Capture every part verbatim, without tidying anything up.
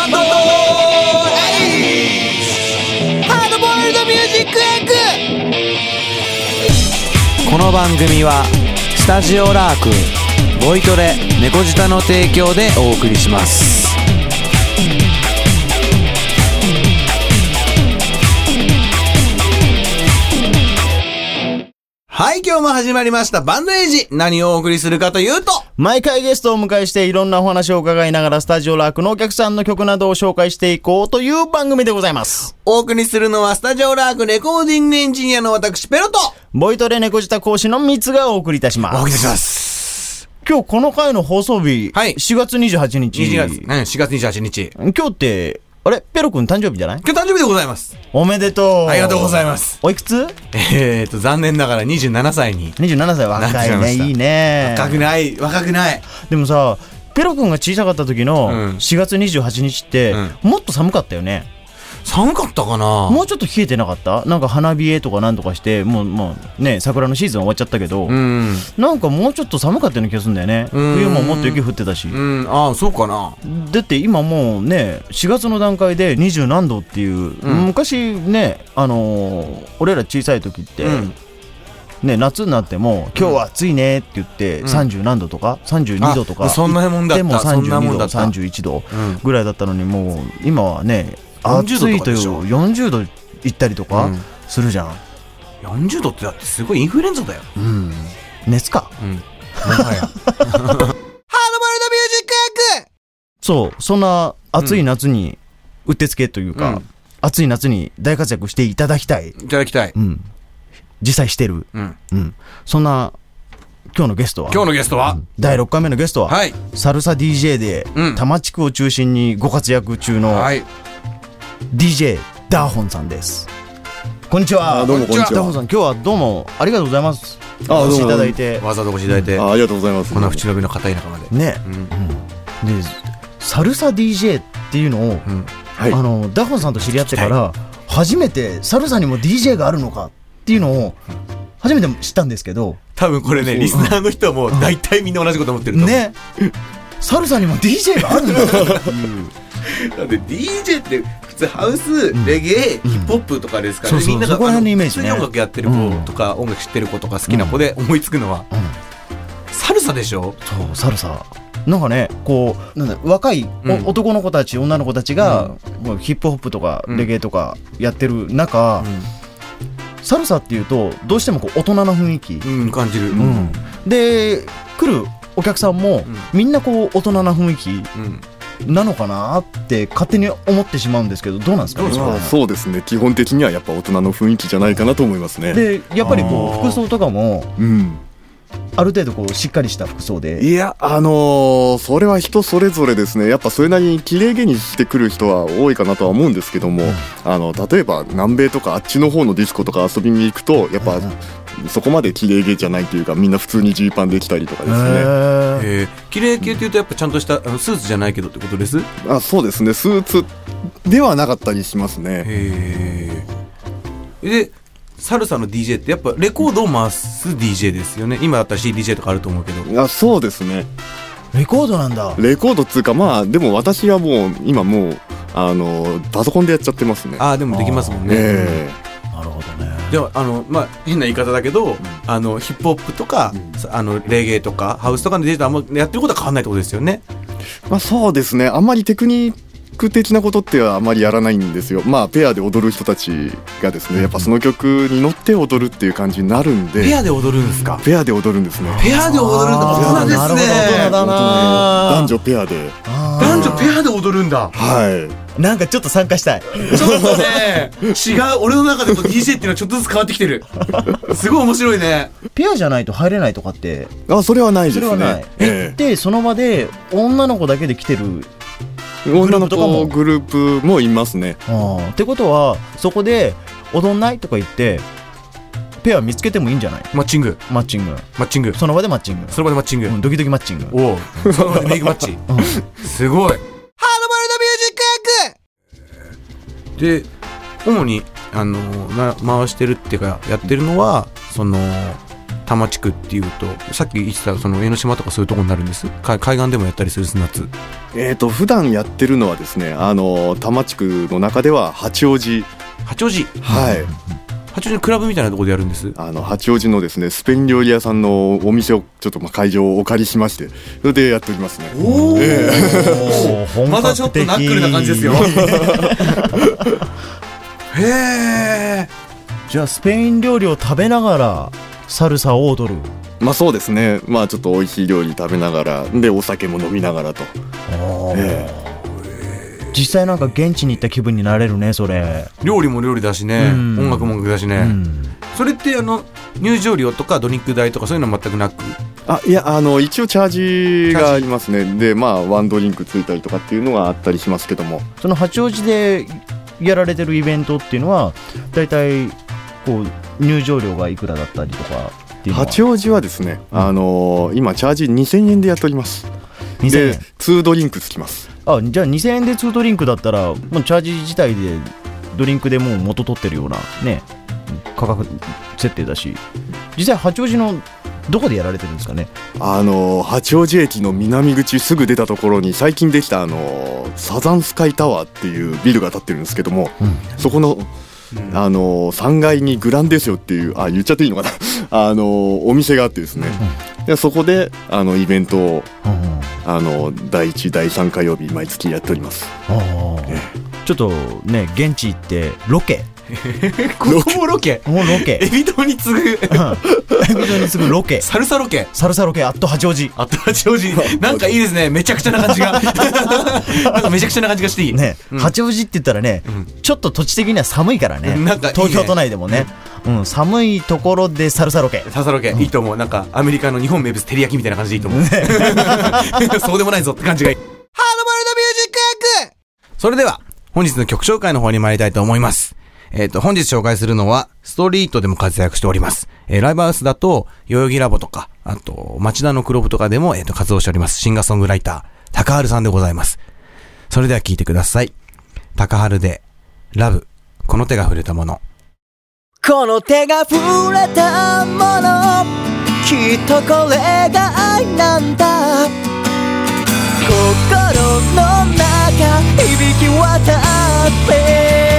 バンドハードボイルドミュージックエッグ。この番組はスタジオラーク、ボイトレ、猫舌の提供でお送りします。はい、今日も始まりましたバンドエイジ。何をお送りするかというと、 毎回ゲストをお迎えしていろんなお話を伺いながらスタジオラークのお客さんの曲などを紹介していこうという番組でございます。 お送りするのはスタジオラークレコーディングエンジニアの私ペロとボイトレ猫舌講師のミツがお送りいたします。 お送りいたします。 今日この回の放送日、はい、しがつにじゅうはちにち。 しがつ、うん、しがつにじゅうはちにち。 今日ってあれペロ君誕生日じゃない？ 今日誕生日でございます。 おめでとう。 ありがとうございます。 おいくつ？ えーと残念ながらにじゅうななさいに。 にじゅうななさい、若いね。いいね。 若くない若くない。 でもさ、ペロ君が小さかった時のしがつにじゅうはちにちって、うん、もっと寒かったよね。 寒かったかな。 もうちょっと冷えてなかった？なんか花冷えとかなんとかしてもう、もうね、桜のシーズン終わっちゃったけど、うん、なんかもうちょっと寒かったような気がするんだよね。冬ももっと雪降ってたし、 うん、ああそうかな。 だって今もうねしがつの段階でにじゅうなんどっていう、うん、昔ね、あのー、俺ら小さい時って、うんね、夏になっても今日は暑いねって言ってさんじゅうなんどとかさんじゅうにどとか、 そんなもんだった。 でもさんじゅうにどさんじゅういちどぐらいだったのに、もう今はね暑いというよんじゅうどいったりとかするじゃん、 うん、よんじゅうどってだってすごいインフルエンザだよ、 うん、熱か、うん、もはやハードボイルドミュージックエッグ。そう、そんな暑い夏にうってつけというか、うん、暑い夏に大活躍していただきたいいただきたい、 うん、実際してる、うんうん、そんな今日のゲストは今日のゲストは、うん、 だいろっかいめのゲストは、はい、サルサ ディージェー で、うん、多摩地区を中心にご活躍中の、はい、ディージェー ダーホンさんです。こんにちは。 どうもこんにちは。 ダーホンさん、今日はどうもありがとうございます。お越しいただいて、 わざわざお越しいただいて、 うん、あ, ありがとうございます。 この淵野辺の片田舎までね、うんうん、でサルサ ディージェー っていうのを、うんはい、あのダーホンさんと知り合ってから初めてサルサにも ディージェー があるのかっていうのを初めて知ったんですけど、 多分これねリスナーの人はもう大体みんな同じこと思ってると思う、ね、 サルサにも ディージェー があるんだっていうだって ディージェー って普通ハウス、うん、レゲエ、ヒップホップとかですから、ね、 そうそう、 みんながそこら辺のイメージね、 普通に音楽やってる子とか、うん、音楽知ってる子とか好きな子で思いつくのは、うん、サルサでしょ。 そうサルサなんかね、こうなんだ若い、うん、男の子たち女の子たちが、うん、もうヒップホップとか、うん、レゲエとかやってる中、うん、サルサっていうとどうしてもこう大人な雰囲気、 うん、感じる、 うん、で来るお客さんも、うん、みんなこう大人な雰囲気、うんなのかなって勝手に思ってしまうんですけど、どうなんですかね。 まあ、そうですね、基本的にはやっぱ大人の雰囲気じゃないかなと思いますね。 でやっぱりこう服装とかも、うん、ある程度こうしっかりした服装で。 いやあのー、それは人それぞれですね。やっぱそれなりに綺麗げにしてくる人は多いかなとは思うんですけども、うん、あの例えば南米とかあっちの方のディスコとか遊びに行くとやっぱ、うんそこまで綺麗系じゃないというか、みんな普通にジーパンできたりとかですね。 えー、綺麗系っていうとやっぱちゃんとしたあのスーツじゃないけどってことです？ あ、そうですね、スーツではなかったりしますね。 へー。でサルサの ディージェー ってやっぱレコードを回す ディージェー ですよね。今だったら シーディージェー とかあると思うけど。 あ、そうですね、 レコードなんだ。 レコードっつうか、まあでも私はもう今もうあのパソコンでやっちゃってますね。 あ、でもできますもんね。 えー、なるほどね。 でもあの、まあ、変な言い方だけど、うん、あのヒップホップとか、うん、あのレゲエとかハウスとかのデータあんまやってることは変わんないってことですよね。 まあ、そうですね、あんまりテクニック的なことってはあまりやらないんですよ。まあペアで踊る人たちがですね、やっぱその曲に乗って踊るっていう感じになるんで。 ペアで踊るんですか？ ペアで踊るんですね。 ペアで踊るんだ。大人ですね。 なるほど、大人だな。 男女ペアで男女ペアで踊るんだ。 はい、 なんかちょっと参加したい。 ちょっとね違う、俺の中でも ディージェー っていうのはちょっとずつ変わってきてる。すごい面白いね。 ペアじゃないと入れないとかって。 あ、それはないですね。 それはない。えー、でその場で女の子だけで来てる女の子グループもいますね。 ああ、ってことはそこで踊んないとか言ってペア見つけてもいいんじゃない？ マッチングマッチングマッチングその場でマッチングその場でマッチング、 うん、ドキドキマッチング。 おおその場でメイクマッチ、うん、すごい。ハードボイルドミュージックエッグで主にあのな回してるっていうかやってるのはその多摩地区っていうとさっき言ってたその江ノ島とかそういうとこになるんです。海岸でもやったりする夏。 えーと普段やってるのはですね、あの多摩地区の中では八王子、 八王子、 はい、 八王子のクラブみたいなところでやるんです。 あの八王子のですねスペイン料理屋さんのお店をちょっとまあ会場をお借りしまして、それでやっておりますね。 おー、 えー、 まだちょっとナックルな感じですよ。へー、 じゃあスペイン料理を食べながらサルサを踊る。 まあそうですね、まあちょっと美味しい料理食べながらでお酒も飲みながらと、えー、実際なんか現地に行った気分になれるね。それ料理も料理だしね、音楽も音楽だしね、それってあの入場料とかドリンク代とかそういうのは全くなく。 あ、いや、あの一応チャージがありますね。でまあワンドリンクついたりとかっていうのがあったりしますけども、 その八王子でやられてるイベントっていうのはだいたいこう入場料がいくらだったりとかっていうのは。 八王子はですね、あのー、今チャージにせんえんでやっております。 にせんえんでツードリンクつきます。 あ、じゃあにせんえんでツードリンクだったらもうチャージ自体でドリンクでもう元取ってるようなね価格設定だし、実際八王子のどこでやられてるんですかね。 あの八王子駅の南口すぐ出たところに最近できたあのサザンスカイタワーっていうビルが建ってるんですけども、うん、そこのあのさんがいにグランデショっていう、あ、言っちゃっていいのかなあのお店があってですね、うん、でそこであのイベントを、うん、あのだいいちだいさん火曜日毎月やっております。あ、 えちょっとね現地行ってロケここもロケ、 もうロケエビ丼に次ぐ、うん、エビ丼に次ぐロケ、 サルサロケ、 サルサロケアット八王子、 アット八王子なんかいいですね。めちゃくちゃな感じがなんかめちゃくちゃな感じがしていいね、うん、八王子って言ったらね、うん、ちょっと土地的には寒いからね、なんかいいね、東京都内でもね、うん、寒いところでサルサロケ、 サルサロケ、うん、いいと思う。なんかアメリカの日本名物照り焼きみたいな感じでいいと思う、ね、そうでもないぞって感じがいい。ハードボイルドミュージックエッグ。それでは本日の曲紹介の方に参りたいと思います。えっと、本日紹介するのは、ストリートでも活躍しております。えー、ライブハウスだと、代々木ラボとか、あと、町田のクロブとかでも、えっと、活動しております。シンガーソングライター、高春さんでございます。それでは聴いてください。高春で、ラブ、この手が触れたもの。 この手が触れたもの、きっとこれが愛なんだ。心の中、響き渡って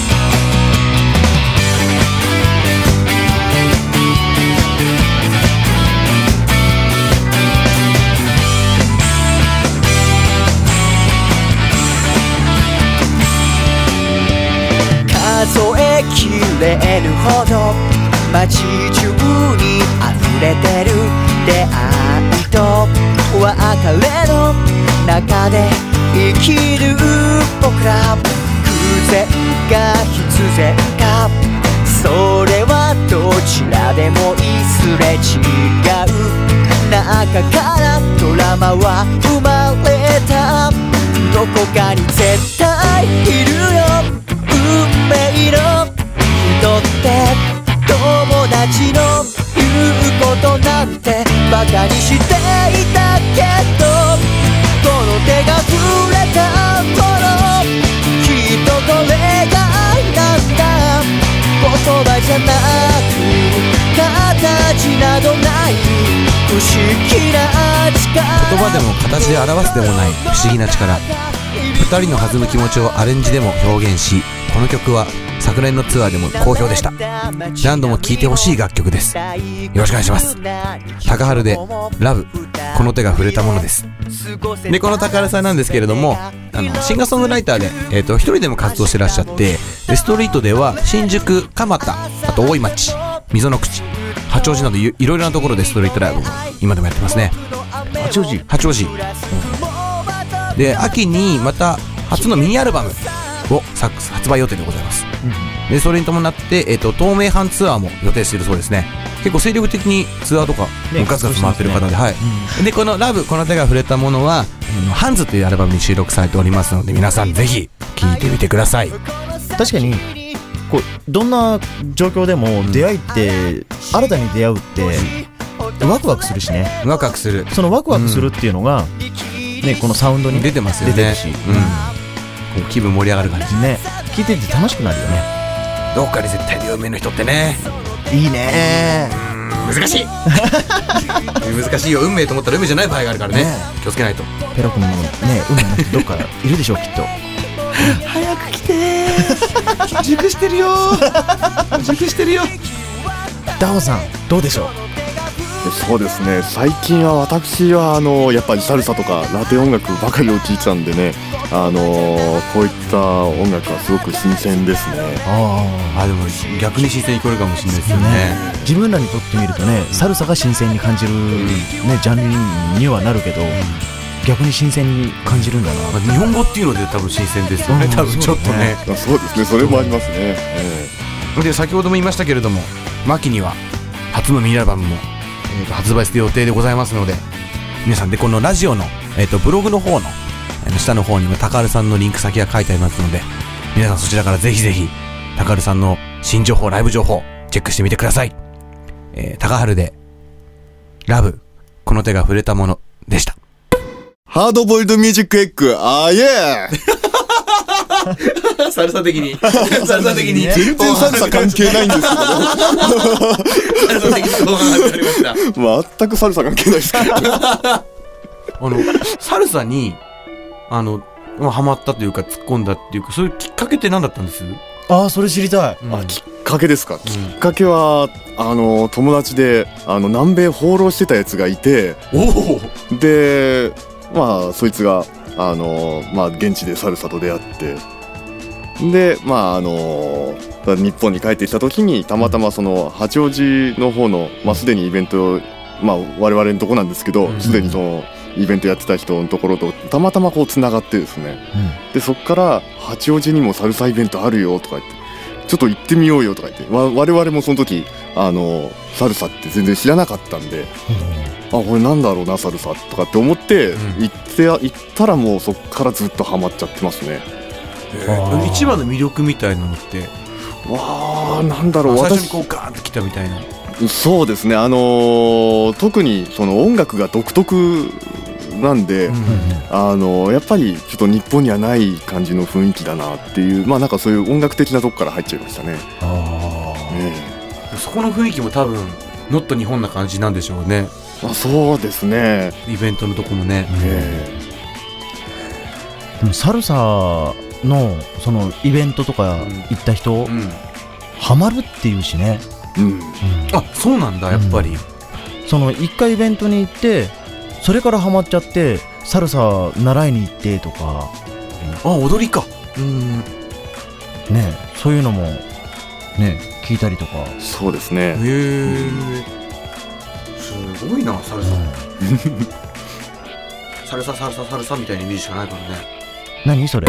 数えきれぬほど街中に溢れてる出会いと別れの中で生きる僕ら、偶然か必然か、それはどちらでもいい、すれ違う中からドラマは生まれた。どこかに絶対いるよ運命の人って、友達の言うことなんてバカにしていたけど、この手が触れたもの、きっとこれが愛なんだ。言葉じゃなく形などない不思議な力、 言葉でも形で表すでもない不思議な力。二人の弾む気持ちをアレンジでも表現し、この曲は昨年のツアーでも好評でした。何度も聴いてほしい楽曲です。よろしくお願いします。高春でラブ、この手が触れたものです。で、この高春さんなんですけれども、あのシンガーソングライターで、えーと、一人でも活動してらっしゃって、でストリートでは新宿、蒲田、あと大井町、溝の口、八王子など い, いろいろなところでストリートライブを今でもやってますね。 八王子八王子、うん、で秋にまた初のミニアルバムを発売予定でございます、うん、でそれに伴って、えー、と東名阪ツアーも予定しているそうですね。結構精力的にツアーとかガツガツ回ってる方で、ね、はい、うん、でこのラブ、この手が触れたものは、うん、ハンズというアルバムに収録されておりますので、皆さんぜひ聴いてみてください。 確かにこうどんな状況でも出会いって、うん、新たに出会うってワクワクするしね。 ワクワクする、 そのワクワクするっていうのが、うん、ね、このサウンドに出てますよね。 出てるし、うん、こう気分盛り上がる感じね。聴いてて楽しくなるよね。 どっかに絶対に有名な人ってね、 いいね。 うんーん難しい難しいよ。運命と思ったら運命じゃない場合があるからね、気をつけないと。 ペロ君もね運命の人どっかいるでしょうきっと。 早く来てー熟してるよ熟してるよ。 ダホさんどうでしょう。 そうですね、最近は私はあのやっぱりサルサとかラテン音楽ばかりを聴いてたんでね、あのこういった音楽はすごく新鮮ですね。 ああでも逆に新鮮に聞こえるかもしれないですよね。 ね自分らにとってみるとねサルサが新鮮に感じる、ね、ジャンルにはなるけど、逆に新鮮に感じるんだな。 まあ、日本語っていうので多分新鮮ですよね、 うん多分ちょっとね。 あそうですね、それもありますね、えで先ほども言いましたけれども、秋には初のミニアルバムも、えー、と発売する予定でございますので、皆さんでこのラジオの、えー、とブログの方の、えー、下の方にも高春さんのリンク先が書いてありますので、皆さんそちらからぜひぜひ高春さんの新情報、ライブ情報チェックしてみてください。えー、高春でラブ、この手が触れたものでした。 ー、ハードボイルドミュージックエッグ、あーイエーサルサ的にサルサ的に全然サルサ関係ないんですけどサルサ的に後半始まりました。 全くサルサ関係ないですけどあのサルサにあのまあハマったというか突っ込んだっていうか、そういうきっかけって何だったんです？ ああそれ知りたい。 うん、 あきっかけですか、きっかけはあの友達であの南米放浪してたやつがいて、 おおでまあそいつがあのまあ現地でサルサと出会って、でまああの日本に帰ってきた時にたまたまその八王子の方のまあすでにイベント、まあ我々のとこなんですけど、すでにそのイベントやってた人のところとたまたまこうつながってですね、でそこから八王子にもサルサイベントあるよとか言って、ちょっと行ってみようよとか言って、わ我々もその時あのサルサって全然知らなかったんで、あこれなんだろうなサルサとかって思って行って行ったら、もうそっからずっとハマっちゃってますね。 一番の魅力みたいなのってわあなんだろう、 最初に私こうガーンと来たみたいな。 そうですね、あのー特にその音楽が独特なんで、 うんあのーやっぱりちょっと日本にはない感じの雰囲気だなっていう、まあなんかそういう音楽的なとこから入っちゃいましたね。 あえそこの雰囲気も多分ノット日本な感じなんでしょうね。 え、あそうですね、 イベントのとこもね、 えーでもサルサのそのイベントとか行った人、 うん、 ハマるっていうしね、 えうん、 うんあそうなんだやっぱり、 その一回イベントに行ってそれからハマっちゃってサルサ習いに行ってとかあ踊りか、うんね、そういうのもね聞いたりとか、 そうですね。 へえ、すごいなサルサ、サルササルササルサみたいにイメージしかないからね。 何それ。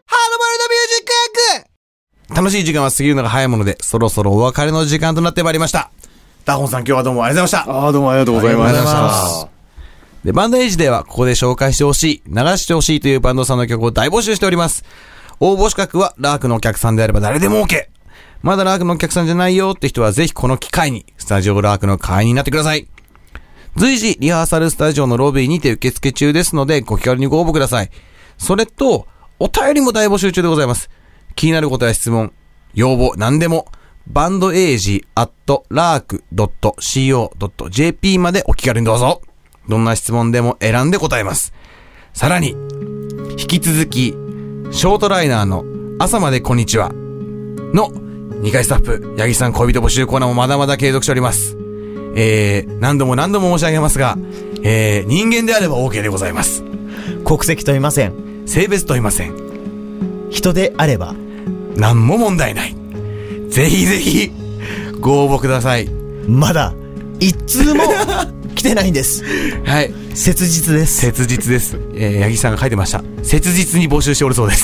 楽しい時間は過ぎるのが早いもので、そろそろお別れの時間となってまいりました。ダホンさん今日はどうもありがとうございました。 ああどうもありがとうございましありがとうございまたす。で、バンドエイジではここで紹介してほしい、流してほしいというバンドさんの曲を大募集しております。応募資格はラークのお客さんであれば誰でも OK。まだラークのお客さんじゃないよって人はぜひこの機会にスタジオラークの会員になってください。随時リハーサルスタジオのロビーにて受付中ですのでご気軽にご応募ください。それとお便りも大募集中でございます。気になることや質問、要望、何でもバンドエイジアットラークドットシーオードットジェーピー までお気軽にどうぞ。どんな質問でも選んで答えます。さらに引き続きショートライナーの朝までこんにちはのにかいスタッフ八木さん恋人募集コーナーもまだまだ継続しております。えー、何度も何度も申し上げますが、えー、人間であれば OK でございます。 国籍問いません。 性別問いません。 人であれば何も問題ない。ぜひぜひご応募ください。 まだ一通も来てないんです。 はい、 切実です。 切実です。えー、八木さんが書いてました。切実に募集しておるそうです。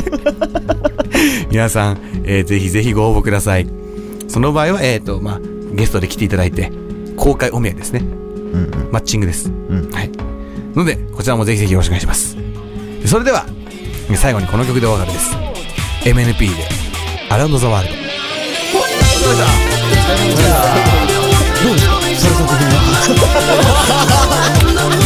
皆さん、えー、ぜひぜひご応募ください。その場合はえーとまあゲストで来ていただいて公開お見合いですね、うんうん、マッチングです、うん、はい。のでこちらもぜひぜひよろしくお願いします。それでは最後にこの曲でお別れです。 エムエヌピー でアラウンドザワールド。どうですか？どうですか？それそこで